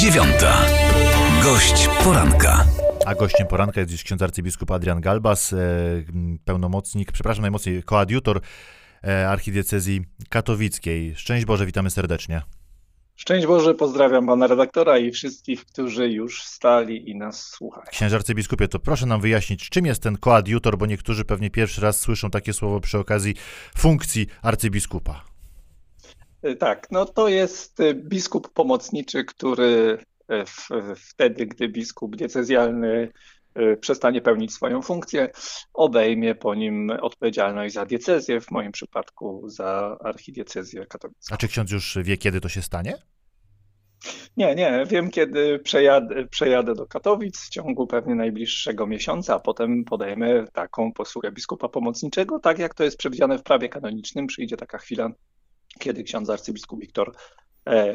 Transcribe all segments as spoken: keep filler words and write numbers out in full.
dziewiąta. Gość poranka. A gościem poranka jest dziś ksiądz arcybiskup Adrian Galbas, pełnomocnik, przepraszam najmocniej, koadiutor archidiecezji katowickiej. Szczęść Boże, witamy serdecznie. Szczęść Boże, pozdrawiam pana redaktora i wszystkich, którzy już wstali i nas słuchają. Księże arcybiskupie, to proszę nam wyjaśnić, czym jest ten koadiutor, bo niektórzy pewnie pierwszy raz słyszą takie słowo przy okazji funkcji arcybiskupa. Tak, no to jest biskup pomocniczy, który w, wtedy, gdy biskup diecezjalny przestanie pełnić swoją funkcję, obejmie po nim odpowiedzialność za diecezję, w moim przypadku za archidiecezję katowicką. A czy ksiądz już wie, kiedy to się stanie? Nie, nie, wiem, kiedy przejadę, przejadę do Katowic w ciągu pewnie najbliższego miesiąca, a potem podejmę taką posługę biskupa pomocniczego, tak jak to jest przewidziane w prawie kanonicznym. Przyjdzie taka chwila, kiedy ksiądz arcybiskup Wiktor e,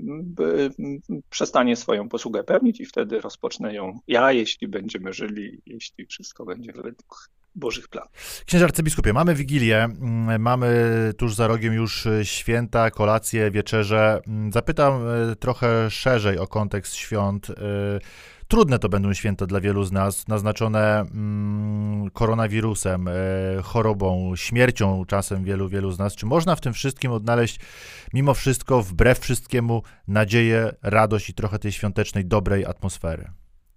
b, przestanie swoją posługę pełnić i wtedy rozpocznę ją ja, jeśli będziemy żyli, jeśli wszystko będzie według Bożych planów. Księże arcybiskupie, mamy Wigilię, mamy tuż za rogiem już święta, kolacje, wieczerze. Zapytam trochę szerzej o kontekst świąt. Trudne to będą święta dla wielu z nas, naznaczone koronawirusem, chorobą, śmiercią czasem wielu, wielu z nas. Czy można w tym wszystkim odnaleźć mimo wszystko, wbrew wszystkiemu, nadzieję, radość i trochę tej świątecznej, dobrej atmosfery?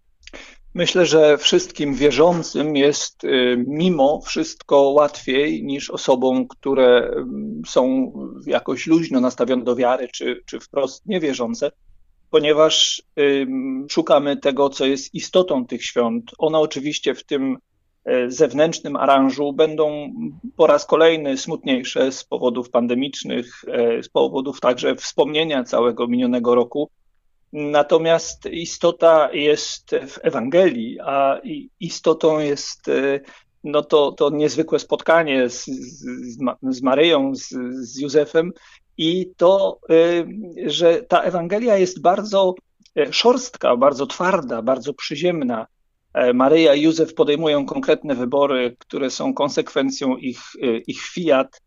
Myślę, że wszystkim wierzącym jest mimo wszystko łatwiej niż osobom, które są jakoś luźno nastawione do wiary, czy, czy wprost niewierzące, ponieważ szukamy tego, co jest istotą tych świąt. One oczywiście w tym zewnętrznym aranżu będą po raz kolejny smutniejsze z powodów pandemicznych, z powodów także wspomnienia całego minionego roku. Natomiast istota jest w Ewangelii, a istotą jest no to, to niezwykłe spotkanie z, z, z Maryją, z, z Józefem i to, że ta Ewangelia jest bardzo szorstka, bardzo twarda, bardzo przyziemna. Maryja i Józef podejmują konkretne wybory, które są konsekwencją ich, ich fiat.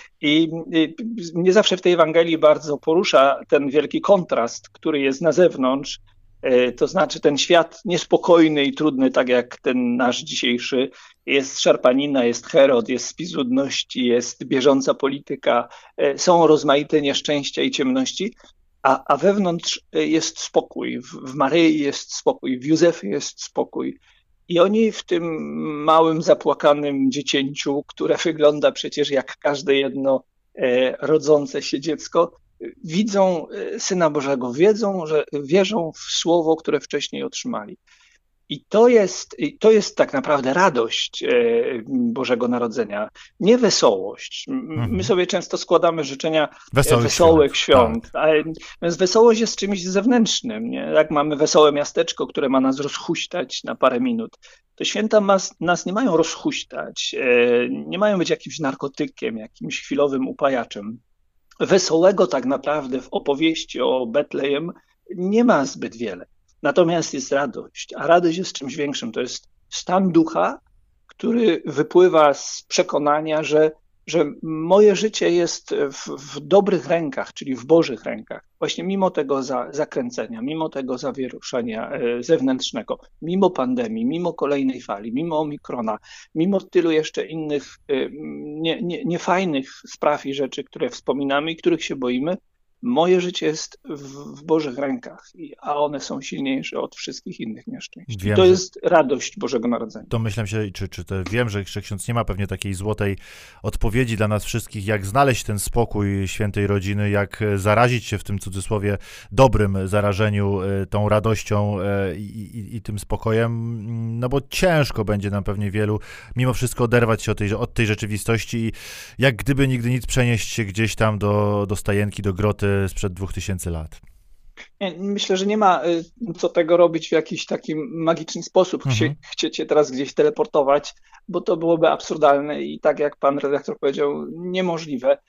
I mnie zawsze w tej Ewangelii bardzo porusza ten wielki kontrast, który jest na zewnątrz, to znaczy ten świat niespokojny i trudny, tak jak ten nasz dzisiejszy. Jest szarpanina, jest Herod, jest spis ludności, jest bieżąca polityka, są rozmaite nieszczęścia i ciemności, a, a wewnątrz jest spokój. W, w Maryi jest spokój, w Józefie jest spokój. I oni w tym małym, zapłakanym dziecięciu, które wygląda przecież jak każde jedno e, rodzące się dziecko, widzą Syna Bożego, wiedzą, że wierzą w słowo, które wcześniej otrzymali. I to jest, to jest tak naprawdę radość e, Bożego Narodzenia, nie wesołość. Mhm. My sobie często składamy życzenia wesołych, wesołych świąt, świąt tak. Ale więc wesołość jest czymś zewnętrznym. Nie? Jak mamy wesołe miasteczko, które ma nas rozhuśtać na parę minut, to święta mas, nas nie mają rozhuśtać, e, nie mają być jakimś narkotykiem, jakimś chwilowym upajaczem. Wesołego tak naprawdę w opowieści o Betlejem nie ma zbyt wiele. Natomiast jest radość, a radość jest czymś większym. To jest stan ducha, który wypływa z przekonania, że, że moje życie jest w, w dobrych rękach, czyli w Bożych rękach. Właśnie mimo tego za, zakręcenia, mimo tego zawieruszenia e, zewnętrznego, mimo pandemii, mimo kolejnej fali, mimo Omikrona, mimo tylu jeszcze innych e, nie, nie, niefajnych spraw i rzeczy, które wspominamy i których się boimy, moje życie jest w, w Bożych rękach, a one są silniejsze od wszystkich innych nieszczęść. Wiem, to jest radość Bożego Narodzenia. To myślę się, czy, czy to wiem, że, że ksiądz nie ma pewnie takiej złotej odpowiedzi dla nas wszystkich, jak znaleźć ten spokój świętej rodziny, jak zarazić się w tym cudzysłowie dobrym zarażeniu tą radością i, i, i tym spokojem, no bo ciężko będzie nam pewnie wielu mimo wszystko oderwać się od tej, od tej rzeczywistości i jak gdyby nigdy nic przenieść się gdzieś tam do, do stajenki, do groty sprzed dwóch tysięcy lat. Nie, myślę, że nie ma co tego robić w jakiś taki magiczny sposób, mhm. Chcie, chciecie teraz gdzieś teleportować, bo to byłoby absurdalne i tak jak pan redaktor powiedział, niemożliwe.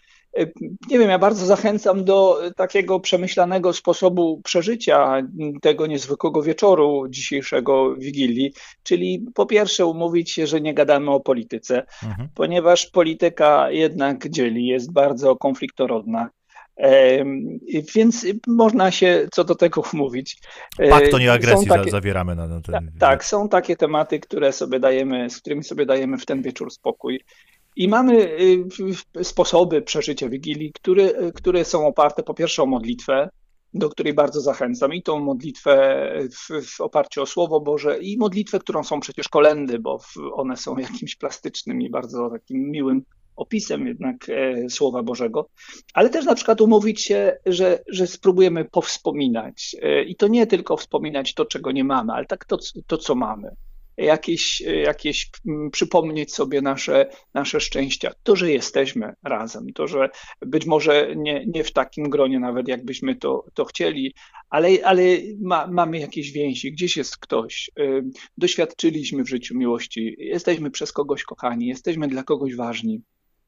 Nie wiem, ja bardzo zachęcam do takiego przemyślanego sposobu przeżycia tego niezwykłego wieczoru dzisiejszego Wigilii, czyli po pierwsze umówić się, że nie gadamy o polityce, mhm. ponieważ polityka jednak dzieli, jest bardzo konfliktorodna. Więc można się co do tego umówić. Pakt o nieagresji takie, zawieramy na, na ten... Tak, tak, są takie tematy, które sobie dajemy, z którymi sobie dajemy w ten wieczór spokój. I mamy sposoby przeżycia Wigilii, które, które są oparte po pierwsze o modlitwę, do której bardzo zachęcam, i tą modlitwę w, w oparciu o Słowo Boże, i modlitwę, którą są przecież kolędy, bo one są jakimś plastycznym i bardzo takim miłym opisem jednak e, Słowa Bożego, ale też na przykład umówić się, że, że spróbujemy powspominać e, i to nie tylko wspominać to, czego nie mamy, ale tak to, to co mamy. Jakieś, jakieś m, przypomnieć sobie nasze, nasze szczęścia, to, że jesteśmy razem, to, że być może nie, nie w takim gronie nawet, jakbyśmy to, to chcieli, ale, ale ma, mamy jakieś więzi, gdzieś jest ktoś, y, doświadczyliśmy w życiu miłości, jesteśmy przez kogoś kochani, jesteśmy dla kogoś ważni.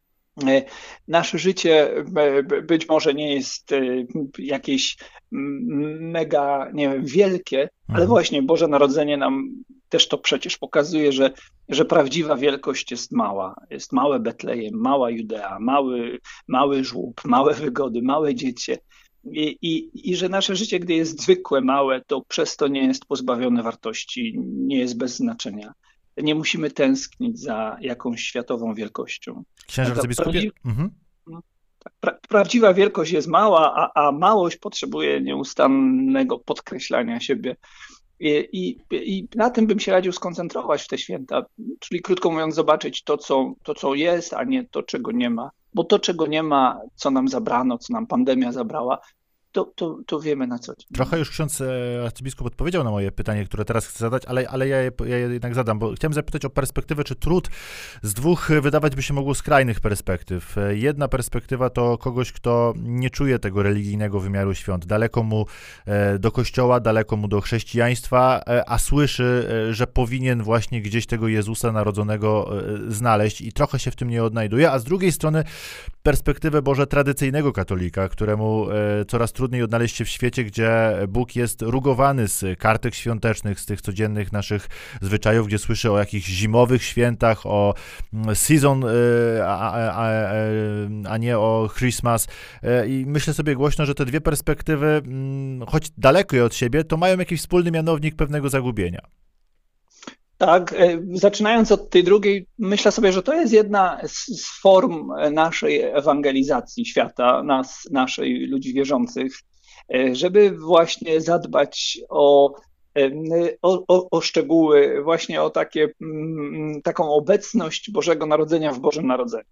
Nasze życie być może nie jest jakieś mega, nie wiem, wielkie, ale właśnie Boże Narodzenie nam też to przecież pokazuje, że, że prawdziwa wielkość jest mała. Jest małe Betlejem, mała Judea, mały, mały żłób, małe wygody, małe dziecię. I, i, I że nasze życie, gdy jest zwykłe, małe, to przez to nie jest pozbawione wartości, nie jest bez znaczenia. Nie musimy tęsknić za jakąś światową wielkością. Księże arcybiskupie? Prawdziw... Mhm. Pra, prawdziwa wielkość jest mała, a, a małość potrzebuje nieustannego podkreślania siebie. I, i, I na tym bym się radził skoncentrować w te święta, czyli krótko mówiąc zobaczyć to co, to, co jest, a nie to, czego nie ma. Bo to, czego nie ma, co nam zabrano, co nam pandemia zabrała, To, to, to wiemy na co dzień. Trochę już ksiądz arcybiskup odpowiedział na moje pytanie, które teraz chcę zadać, ale, ale ja, je, ja je jednak zadam, bo chciałem zapytać o perspektywę, czy trud z dwóch wydawać by się mogło skrajnych perspektyw. Jedna perspektywa to kogoś, kto nie czuje tego religijnego wymiaru świąt. Daleko mu do kościoła, daleko mu do chrześcijaństwa, a słyszy, że powinien właśnie gdzieś tego Jezusa Narodzonego znaleźć i trochę się w tym nie odnajduje, a z drugiej strony perspektywę Boże tradycyjnego katolika, któremu coraz trudniej odnaleźć się w świecie, gdzie Bóg jest rugowany z kartek świątecznych, z tych codziennych naszych zwyczajów, gdzie słyszy o jakichś zimowych świętach, o season, a, a, a, a nie o Christmas. I myślę sobie głośno, że te dwie perspektywy, choć dalekie od siebie, to mają jakiś wspólny mianownik pewnego zagubienia. Tak, zaczynając od tej drugiej, myślę sobie, że to jest jedna z form naszej ewangelizacji świata, nas, naszej ludzi wierzących, żeby właśnie zadbać o, o, o szczegóły, właśnie o takie, taką obecność Bożego Narodzenia w Bożym Narodzeniu.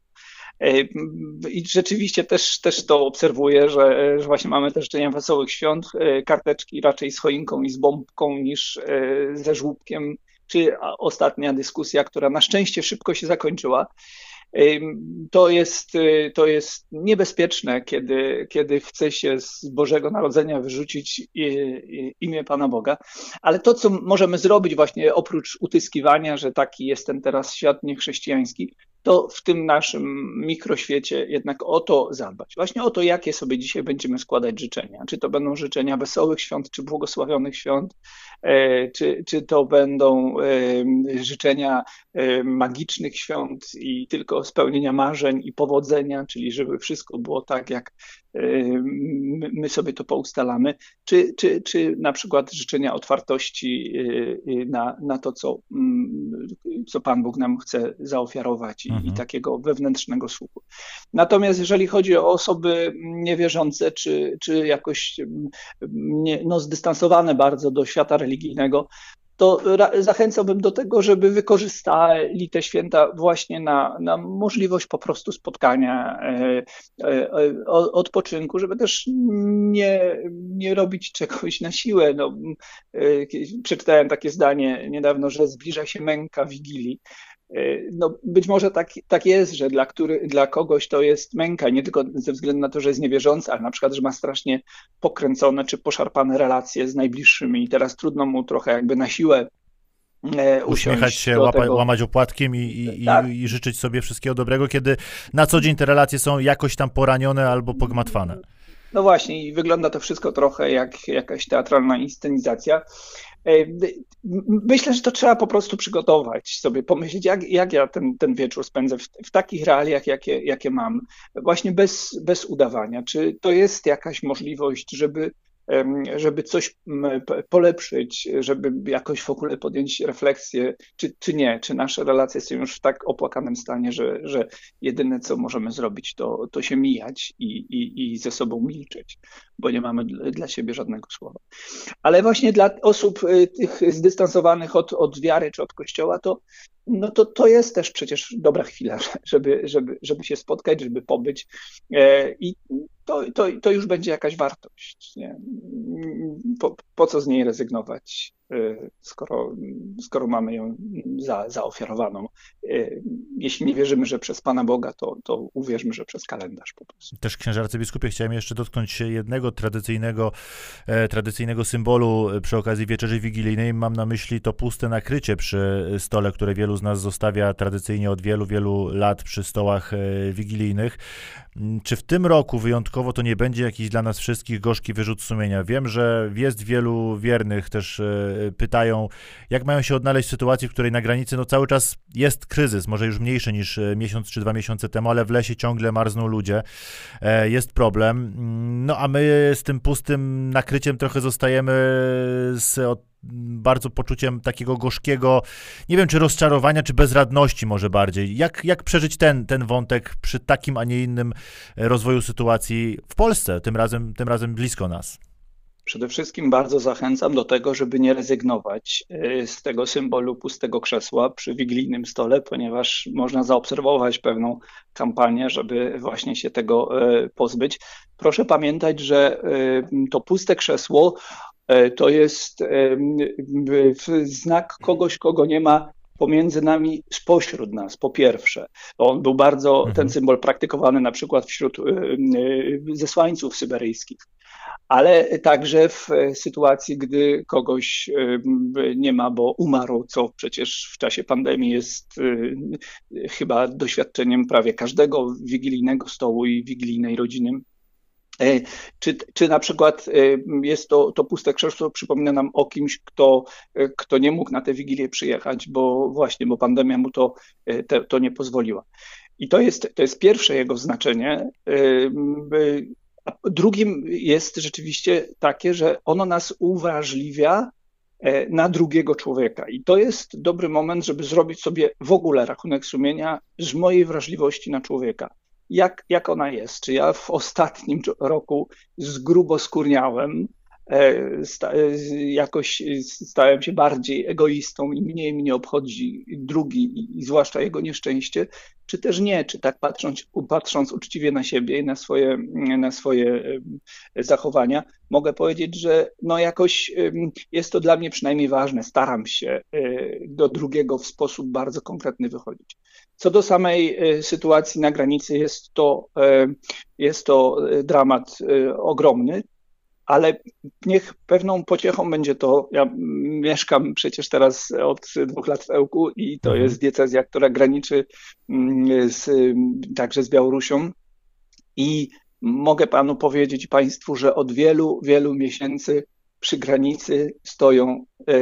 I rzeczywiście też, też to obserwuję, że, że właśnie mamy te życzenia wesołych świąt, karteczki raczej z choinką i z bombką niż ze żłóbkiem, czy ostatnia dyskusja, która na szczęście szybko się zakończyła. To jest, to jest niebezpieczne, kiedy, kiedy chce się z Bożego Narodzenia wyrzucić imię Pana Boga, ale to, co możemy zrobić właśnie oprócz utyskiwania, że taki jest ten teraz świat niechrześcijański, to w tym naszym mikroświecie jednak o to zadbać. Właśnie o to, jakie sobie dzisiaj będziemy składać życzenia. Czy to będą życzenia wesołych świąt, czy błogosławionych świąt, czy, czy to będą życzenia magicznych świąt i tylko spełnienia marzeń i powodzenia, czyli żeby wszystko było tak, jak my sobie to poustalamy, czy, czy, czy na przykład życzenia otwartości na, na to, co, co Pan Bóg nam chce zaofiarować i, mhm. i takiego wewnętrznego słuchu. Natomiast jeżeli chodzi o osoby niewierzące, czy, czy jakoś nie, no, zdystansowane bardzo do świata religijnego, to zachęcałbym do tego, żeby wykorzystali te święta właśnie na, na możliwość po prostu spotkania, e, e, odpoczynku, żeby też nie, nie robić czegoś na siłę. No, e, przeczytałem takie zdanie niedawno, że zbliża się męka Wigilii. No, być może tak, tak jest, że dla, który, dla kogoś to jest męka, nie tylko ze względu na to, że jest niewierzący, ale na przykład, że ma strasznie pokręcone czy poszarpane relacje z najbliższymi i teraz trudno mu trochę jakby na siłę e, uśmiechać się, łapa, tego... łamać opłatkiem i, i, tak. i, i życzyć sobie wszystkiego dobrego, kiedy na co dzień te relacje są jakoś tam poranione albo pogmatwane. No właśnie i wygląda to wszystko trochę jak jakaś teatralna inscenizacja. Myślę, że to trzeba po prostu przygotować sobie, pomyśleć, jak, jak ja ten, ten wieczór spędzę w, w takich realiach, jakie, jakie mam, właśnie bez, bez udawania. Czy to jest jakaś możliwość, żeby żeby coś polepszyć, żeby jakoś w ogóle podjąć refleksję, czy, czy nie, czy nasze relacje są już w tak opłakanym stanie, że, że jedyne, co możemy zrobić, to, to się mijać i, i, i ze sobą milczeć, bo nie mamy dla siebie żadnego słowa. Ale właśnie dla osób tych zdystansowanych od, od wiary czy od Kościoła, to, no to, to jest też przecież dobra chwila, żeby, żeby, żeby się spotkać, żeby pobyć i to, to, to już będzie jakaś wartość. Nie? Po, po co z niej rezygnować, skoro, skoro mamy ją za, zaofiarowaną. Jeśli nie wierzymy, że przez Pana Boga, to, to uwierzmy, że przez kalendarz po prostu. Też, księże arcybiskupie, chciałem jeszcze dotknąć się jednego tradycyjnego, e, tradycyjnego symbolu przy okazji Wieczerzy Wigilijnej. Mam na myśli to puste nakrycie przy stole, które wielu z nas zostawia tradycyjnie od wielu, wielu lat przy stołach e, wigilijnych. Czy w tym roku wyjątkowo to nie będzie jakiś dla nas wszystkich gorzki wyrzut sumienia? Wiem, że jest wielu wiernych, też e, pytają, jak mają się odnaleźć w sytuacji, w której na granicy no cały czas jest kryzys, może już mniejszy niż miesiąc czy dwa miesiące temu, ale w lesie ciągle marzną ludzie, e, jest problem. No a my z tym pustym nakryciem trochę zostajemy z od, bardzo poczuciem takiego gorzkiego, nie wiem, czy rozczarowania, czy bezradności może bardziej. Jak, jak przeżyć ten, ten wątek przy takim, a nie innym rozwoju sytuacji w Polsce, tym razem, tym razem blisko nas? Przede wszystkim bardzo zachęcam do tego, żeby nie rezygnować z tego symbolu pustego krzesła przy wigilijnym stole, ponieważ można zaobserwować pewną kampanię, żeby właśnie się tego pozbyć. Proszę pamiętać, że to puste krzesło to jest znak kogoś, kogo nie ma pomiędzy nami, spośród nas, po pierwsze. On był bardzo, mhm. ten symbol praktykowany na przykład wśród zesłańców syberyjskich, ale także w sytuacji, gdy kogoś nie ma, bo umarł, co przecież w czasie pandemii jest chyba doświadczeniem prawie każdego wigilijnego stołu i wigilijnej rodziny. Czy, czy na przykład jest to, to puste krzesło, przypomina nam o kimś, kto, kto nie mógł na tę wigilię przyjechać, bo właśnie, bo pandemia mu to, to, to nie pozwoliła. I to jest, to jest pierwsze jego znaczenie. A drugim jest rzeczywiście takie, że ono nas uwrażliwia na drugiego człowieka. I to jest dobry moment, żeby zrobić sobie w ogóle rachunek sumienia z mojej wrażliwości na człowieka. Jak, jak ona jest? Czy ja w ostatnim roku zgruboskórniałem, sta, jakoś stałem się bardziej egoistą i mniej mnie obchodzi drugi i, i zwłaszcza jego nieszczęście, czy też nie? Czy tak patrząc, patrząc uczciwie na siebie i na swoje, na swoje zachowania, mogę powiedzieć, że no jakoś jest to dla mnie przynajmniej ważne. Staram się do drugiego w sposób bardzo konkretny wychodzić. Co do samej sytuacji na granicy, jest to, jest to dramat ogromny, ale niech pewną pociechą będzie to, ja mieszkam przecież teraz od dwóch lat w Ełku i to jest diecezja, która graniczy z, także z Białorusią i mogę panu powiedzieć, państwu, że od wielu, wielu miesięcy przy granicy stoją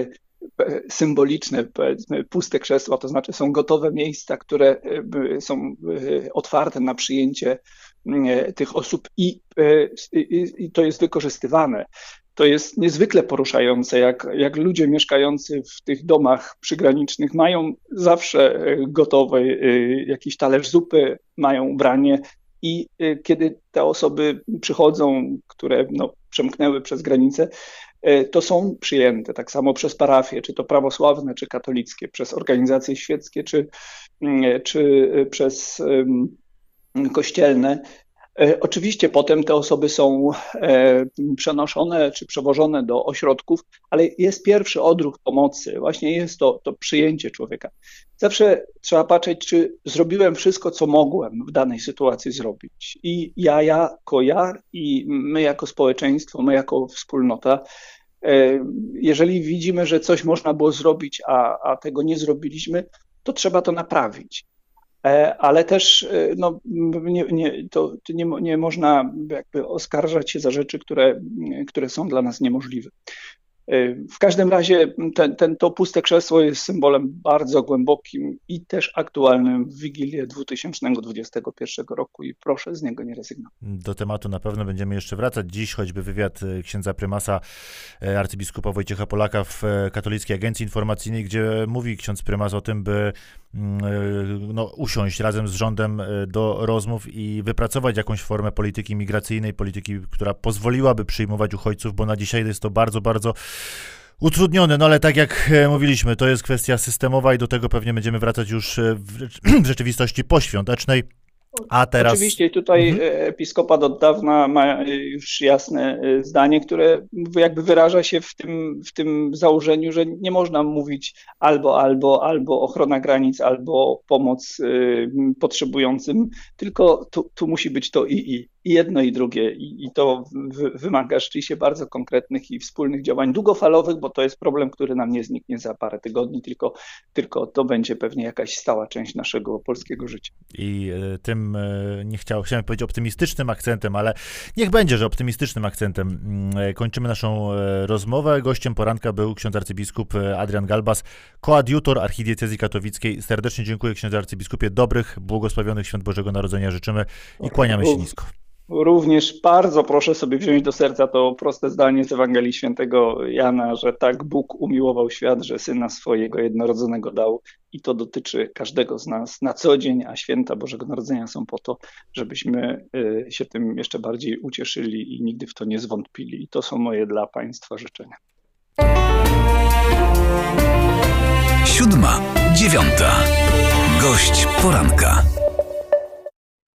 symboliczne, powiedzmy, puste krzesła, to znaczy są gotowe miejsca, które są otwarte na przyjęcie tych osób i, i, i to jest wykorzystywane. To jest niezwykle poruszające, jak, jak ludzie mieszkający w tych domach przygranicznych mają zawsze gotowy jakiś talerz zupy, mają ubranie i kiedy te osoby przychodzą, które no, przemknęły przez granicę, to są przyjęte tak samo przez parafie, czy to prawosławne, czy katolickie, przez organizacje świeckie, czy, czy przez kościelne. Oczywiście potem te osoby są przenoszone czy przewożone do ośrodków, ale jest pierwszy odruch pomocy, właśnie jest to, to przyjęcie człowieka. Zawsze trzeba patrzeć, czy zrobiłem wszystko, co mogłem w danej sytuacji zrobić. I ja jako ja, i my jako społeczeństwo, my jako wspólnota, jeżeli widzimy, że coś można było zrobić, a, a tego nie zrobiliśmy, to trzeba to naprawić. Ale też no, nie, nie, to nie, nie można jakby oskarżać się za rzeczy, które, które są dla nas niemożliwe. W każdym razie ten, ten, to puste krzesło jest symbolem bardzo głębokim i też aktualnym w Wigilię dwa tysiące dwudziestego pierwszego roku i proszę z niego nie rezygnować. Do tematu na pewno będziemy jeszcze wracać. Dziś choćby wywiad księdza prymasa arcybiskupa Wojciecha Polaka w Katolickiej Agencji Informacyjnej, gdzie mówi ksiądz prymas o tym, by no, usiąść razem z rządem do rozmów i wypracować jakąś formę polityki migracyjnej, polityki, która pozwoliłaby przyjmować uchodźców, bo na dzisiaj jest to bardzo, bardzo utrudnione, no ale tak jak mówiliśmy, to jest kwestia systemowa i do tego pewnie będziemy wracać już w, w rzeczywistości poświątecznej. A teraz... Oczywiście tutaj mhm. episkopat od dawna ma już jasne zdanie, które jakby wyraża się w tym, w tym założeniu, że nie można mówić albo, albo, albo ochrona granic, albo pomoc y, potrzebującym, tylko tu, tu musi być to i, i. I jedno i drugie i, i to w, wymaga rzeczywiście bardzo konkretnych i wspólnych działań długofalowych, bo to jest problem, który nam nie zniknie za parę tygodni, tylko, tylko to będzie pewnie jakaś stała część naszego polskiego życia. I tym, nie chciał, chciałem powiedzieć optymistycznym akcentem, ale niech będzie, że optymistycznym akcentem kończymy naszą rozmowę. Gościem poranka był ksiądz arcybiskup Adrian Galbas, koadiutor archidiecezji katowickiej. Serdecznie dziękuję księdze arcybiskupie, dobrych, błogosławionych świąt Bożego Narodzenia życzymy i kłaniamy się nisko. Również bardzo proszę sobie wziąć do serca to proste zdanie z Ewangelii Świętego Jana, że tak Bóg umiłował świat, że Syna swojego jednorodzonego dał i to dotyczy każdego z nas na co dzień, a święta Bożego Narodzenia są po to, żebyśmy się tym jeszcze bardziej ucieszyli i nigdy w to nie zwątpili. I to są moje dla Państwa życzenia. Siódma, dziewiąta. Gość poranka.